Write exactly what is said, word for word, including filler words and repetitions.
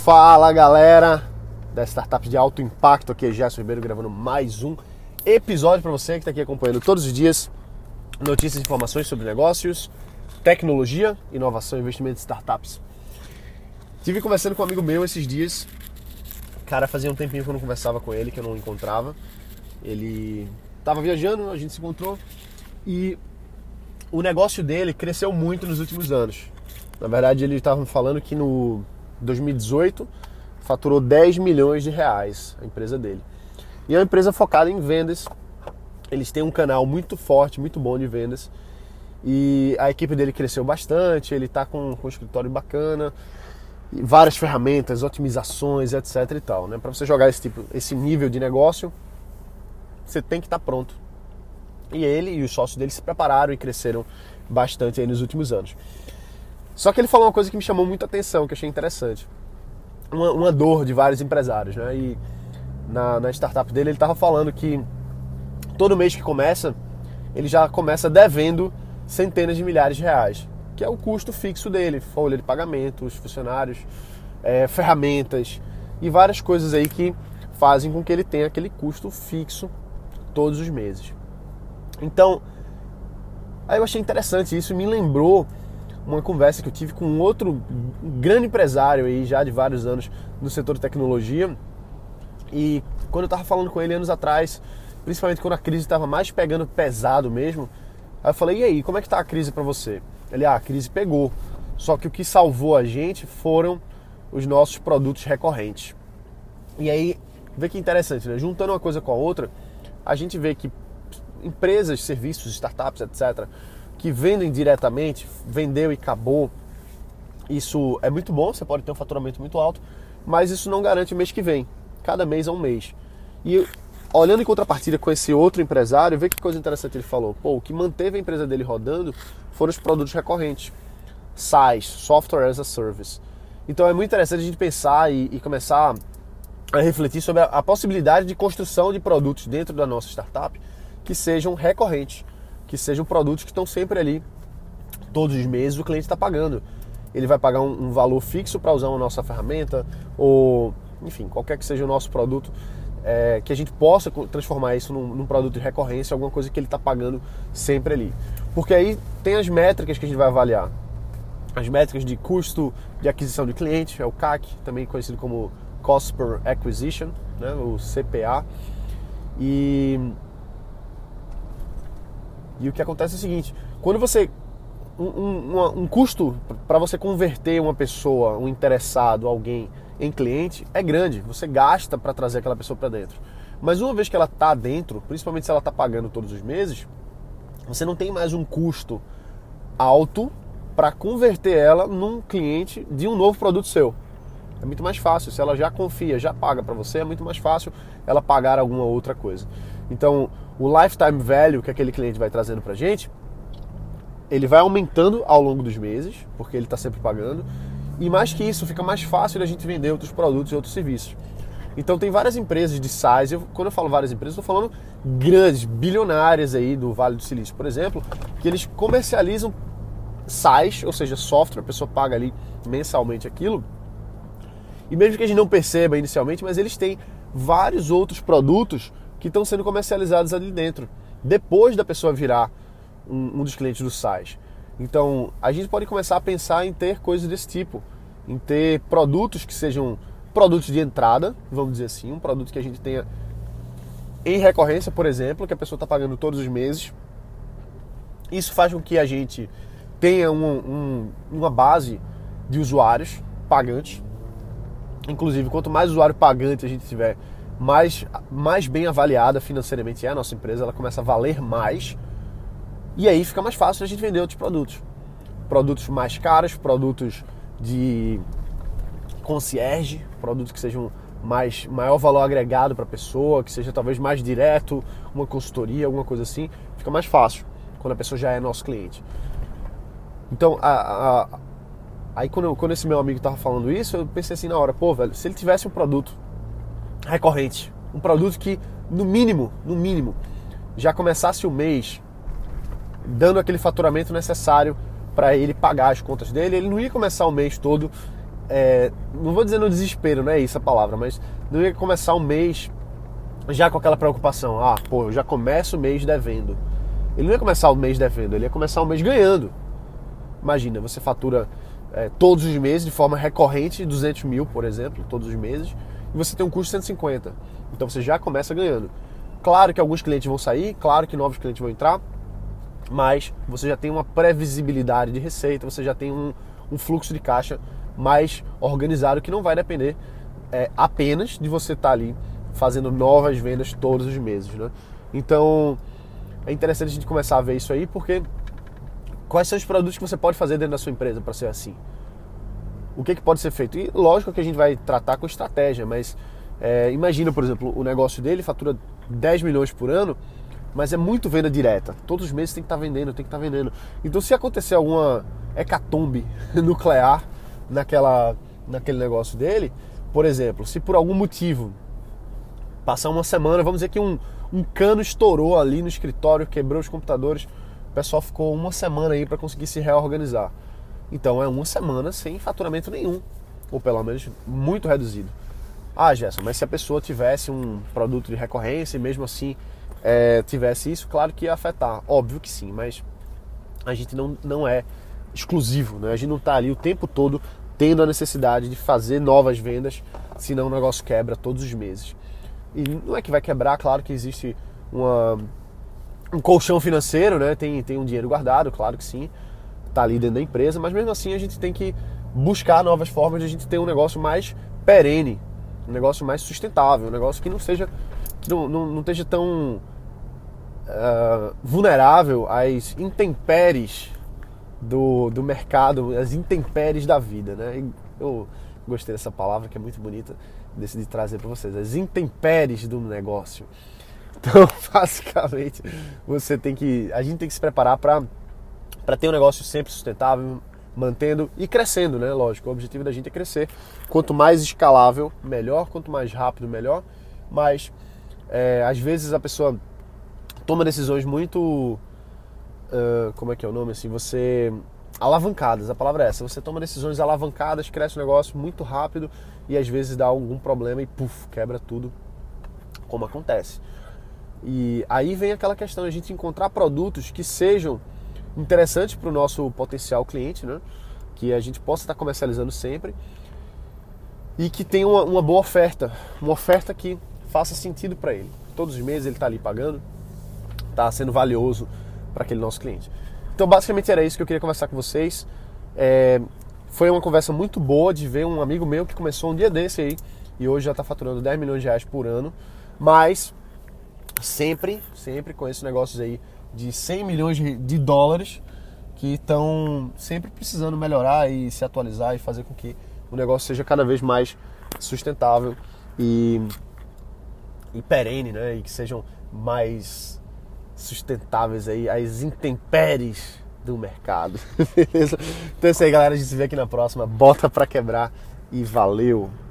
Fala galera das startups de alto impacto, aqui é Gerson Ribeiro gravando mais um episódio para você que está aqui acompanhando todos os dias notícias e informações sobre negócios, tecnologia, inovação e investimento em startups. Tive conversando com um amigo meu esses dias, cara, fazia um tempinho que eu não conversava com ele, que eu não encontrava. Ele estava viajando, a gente se encontrou e o negócio dele cresceu muito nos últimos anos. Na verdade, ele estava falando que no dois mil e dezoito faturou dez milhões de reais a empresa dele. E é uma empresa focada em vendas. Eles têm um canal muito forte, muito bom de vendas. E a equipe dele cresceu bastante, ele está com, com um escritório bacana, várias ferramentas, otimizações, etc e tal, né? Para você jogar esse, tipo, esse nível de negócio, você tem que estar pronto. E ele e os sócios dele se prepararam e cresceram bastante aí nos últimos anos. Só que ele falou uma coisa que me chamou muita atenção, que eu achei interessante. Uma, uma dor de vários empresários, né? E na, na startup dele ele estava falando que todo mês que começa, ele já começa devendo centenas de milhares de reais, que é o custo fixo dele, folha de pagamento, os funcionários, é, ferramentas e várias coisas aí que fazem com que ele tenha aquele custo fixo todos os meses. Então, aí eu achei interessante isso, me lembrou uma conversa que eu tive com um outro grande empresário aí já de vários anos no setor de tecnologia. E quando eu estava falando com ele anos atrás, principalmente quando a crise estava mais pegando pesado mesmo, aí eu falei, e aí, como é que está a crise para você? Ele, ah, a crise pegou, só que o que salvou a gente foram os nossos produtos recorrentes. E aí, vê que interessante, né? Juntando uma coisa com a outra, a gente vê que empresas, serviços, startups, etcétera, que vendem diretamente, vendeu e acabou, isso é muito bom, você pode ter um faturamento muito alto, mas isso não garante o mês que vem. Cada mês é um mês. E olhando em contrapartida com esse outro empresário, vê que coisa interessante ele falou. Pô, o que manteve a empresa dele rodando foram os produtos recorrentes. SaaS, Software as a Service. Então é muito interessante a gente pensar e, e começar a refletir sobre a, a possibilidade de construção de produtos dentro da nossa startup que sejam recorrentes, que sejam produtos que estão sempre ali, todos os meses o cliente está pagando. Ele vai pagar um, um valor fixo para usar a nossa ferramenta, ou enfim, qualquer que seja o nosso produto, é, que a gente possa transformar isso num, num produto de recorrência, alguma coisa que ele está pagando sempre ali. Porque aí tem as métricas que a gente vai avaliar. As métricas de custo de aquisição de cliente, é o C A C, também conhecido como Cost per Acquisition, né, o C P A. E... E o que acontece é o seguinte, quando você... Um, um, um custo para você converter uma pessoa, um interessado, alguém em cliente, é grande. Você gasta para trazer aquela pessoa para dentro. Mas uma vez que ela está dentro, principalmente se ela está pagando todos os meses, você não tem mais um custo alto para converter ela num cliente de um novo produto seu. É muito mais fácil. Se ela já confia, já paga para você, é muito mais fácil ela pagar alguma outra coisa. Então, o lifetime value que aquele cliente vai trazendo pra gente, ele vai aumentando ao longo dos meses, porque ele está sempre pagando, e mais que isso, fica mais fácil a gente vender outros produtos e outros serviços. Então tem várias empresas de SaaS, eu, quando eu falo várias empresas, eu estou falando grandes, bilionárias aí do Vale do Silício, por exemplo, que eles comercializam SaaS, ou seja, software, a pessoa paga ali mensalmente aquilo, e mesmo que a gente não perceba inicialmente, mas eles têm vários outros produtos que estão sendo comercializados ali dentro, depois da pessoa virar um, um dos clientes do SaaS. Então, a gente pode começar a pensar em ter coisas desse tipo, em ter produtos que sejam produtos de entrada, vamos dizer assim, um produto que a gente tenha em recorrência, por exemplo, que a pessoa está pagando todos os meses. Isso faz com que a gente tenha um, um, uma base de usuários pagantes. Inclusive, quanto mais usuário pagante a gente tiver, mais, mais bem avaliada financeiramente é a nossa empresa, ela começa a valer mais, e aí fica mais fácil a gente vender outros produtos. Produtos mais caros, produtos de concierge, produtos que sejam mais, maior valor agregado para a pessoa, que seja talvez mais direto, uma consultoria, alguma coisa assim, fica mais fácil quando a pessoa já é nosso cliente. Então, a, a, aí quando, eu, quando esse meu amigo estava falando isso, eu pensei assim na hora, pô, velho, se ele tivesse um produto recorrente, um produto que no mínimo, no mínimo, já começasse o mês dando aquele faturamento necessário para ele pagar as contas dele, ele não ia começar o mês todo é, não vou dizer no desespero, não é isso a palavra, mas não ia começar o mês já com aquela preocupação, ah, pô, eu já começo o mês devendo. Ele não ia começar o mês devendo, ele ia começar o mês ganhando. Imagina, você fatura é, todos os meses de forma recorrente duzentos mil, por exemplo, todos os meses, e você tem um custo de cento e cinquenta. Então você já começa ganhando. Claro que alguns clientes vão sair, claro que novos clientes vão entrar, mas você já tem uma previsibilidade de receita, você já tem um, um fluxo de caixa mais organizado que não vai depender é, apenas de você estar ali fazendo novas vendas todos os meses, né? Então é interessante a gente começar a ver isso aí, porque quais são os produtos que você pode fazer dentro da sua empresa para ser assim? O que, que pode ser feito? E lógico que a gente vai tratar com estratégia, mas é, imagina, por exemplo, o negócio dele fatura dez milhões por ano, mas é muito venda direta. Todos os meses tem que estar vendendo, tem que estar vendendo. Então se acontecer alguma hecatombe nuclear naquela, naquele negócio dele, por exemplo, se por algum motivo passar uma semana, vamos dizer que um, um cano estourou ali no escritório, quebrou os computadores, o pessoal ficou uma semana aí para conseguir se reorganizar. Então é uma semana sem faturamento nenhum, ou pelo menos muito reduzido. Ah, Gerson, mas se a pessoa tivesse um produto de recorrência e mesmo assim é, tivesse isso, claro que ia afetar, óbvio que sim, mas a gente não, não é exclusivo, né? A gente não está ali o tempo todo tendo a necessidade de fazer novas vendas, senão o negócio quebra todos os meses. E não é que vai quebrar, claro que existe uma, um colchão financeiro, né? Tem, tem um dinheiro guardado, claro que sim, está ali dentro da empresa, mas mesmo assim a gente tem que buscar novas formas de a gente ter um negócio mais perene, um negócio mais sustentável, um negócio que não seja, que não, não, não esteja tão uh, vulnerável às intempéries do, do mercado, às intempéries da vida, né? Eu gostei dessa palavra que é muito bonita, decidi trazer para vocês, as intempéries do negócio. Então, basicamente, você tem que, a gente tem que se preparar para para ter um negócio sempre sustentável, mantendo e crescendo, né? Lógico, o objetivo da gente é crescer. Quanto mais escalável, melhor. Quanto mais rápido, melhor. Mas, é, às vezes a pessoa toma decisões muito... Uh, como é que é o nome? Assim, você... alavancadas, a palavra é essa. Você toma decisões alavancadas, cresce um negócio muito rápido e às vezes dá algum problema e puf, quebra tudo, como acontece. E aí vem aquela questão de a gente encontrar produtos que sejam interessantes para o nosso potencial cliente, né? Que a gente possa estar comercializando sempre e que tenha uma, uma boa oferta, uma oferta que faça sentido para ele. Todos os meses ele está ali pagando, está sendo valioso para aquele nosso cliente. Então basicamente era isso que eu queria conversar com vocês. É, foi uma conversa muito boa de ver um amigo meu que começou um dia desse aí e hoje já está faturando dez milhões de reais por ano, mas sempre, sempre com esses negócios aí de cem milhões de dólares que estão sempre precisando melhorar e se atualizar e fazer com que o negócio seja cada vez mais sustentável e, e perene, né? E que sejam mais sustentáveis aí as intempéries do mercado. Beleza? Então é isso aí, galera. A gente se vê aqui na próxima. Bota pra quebrar e valeu!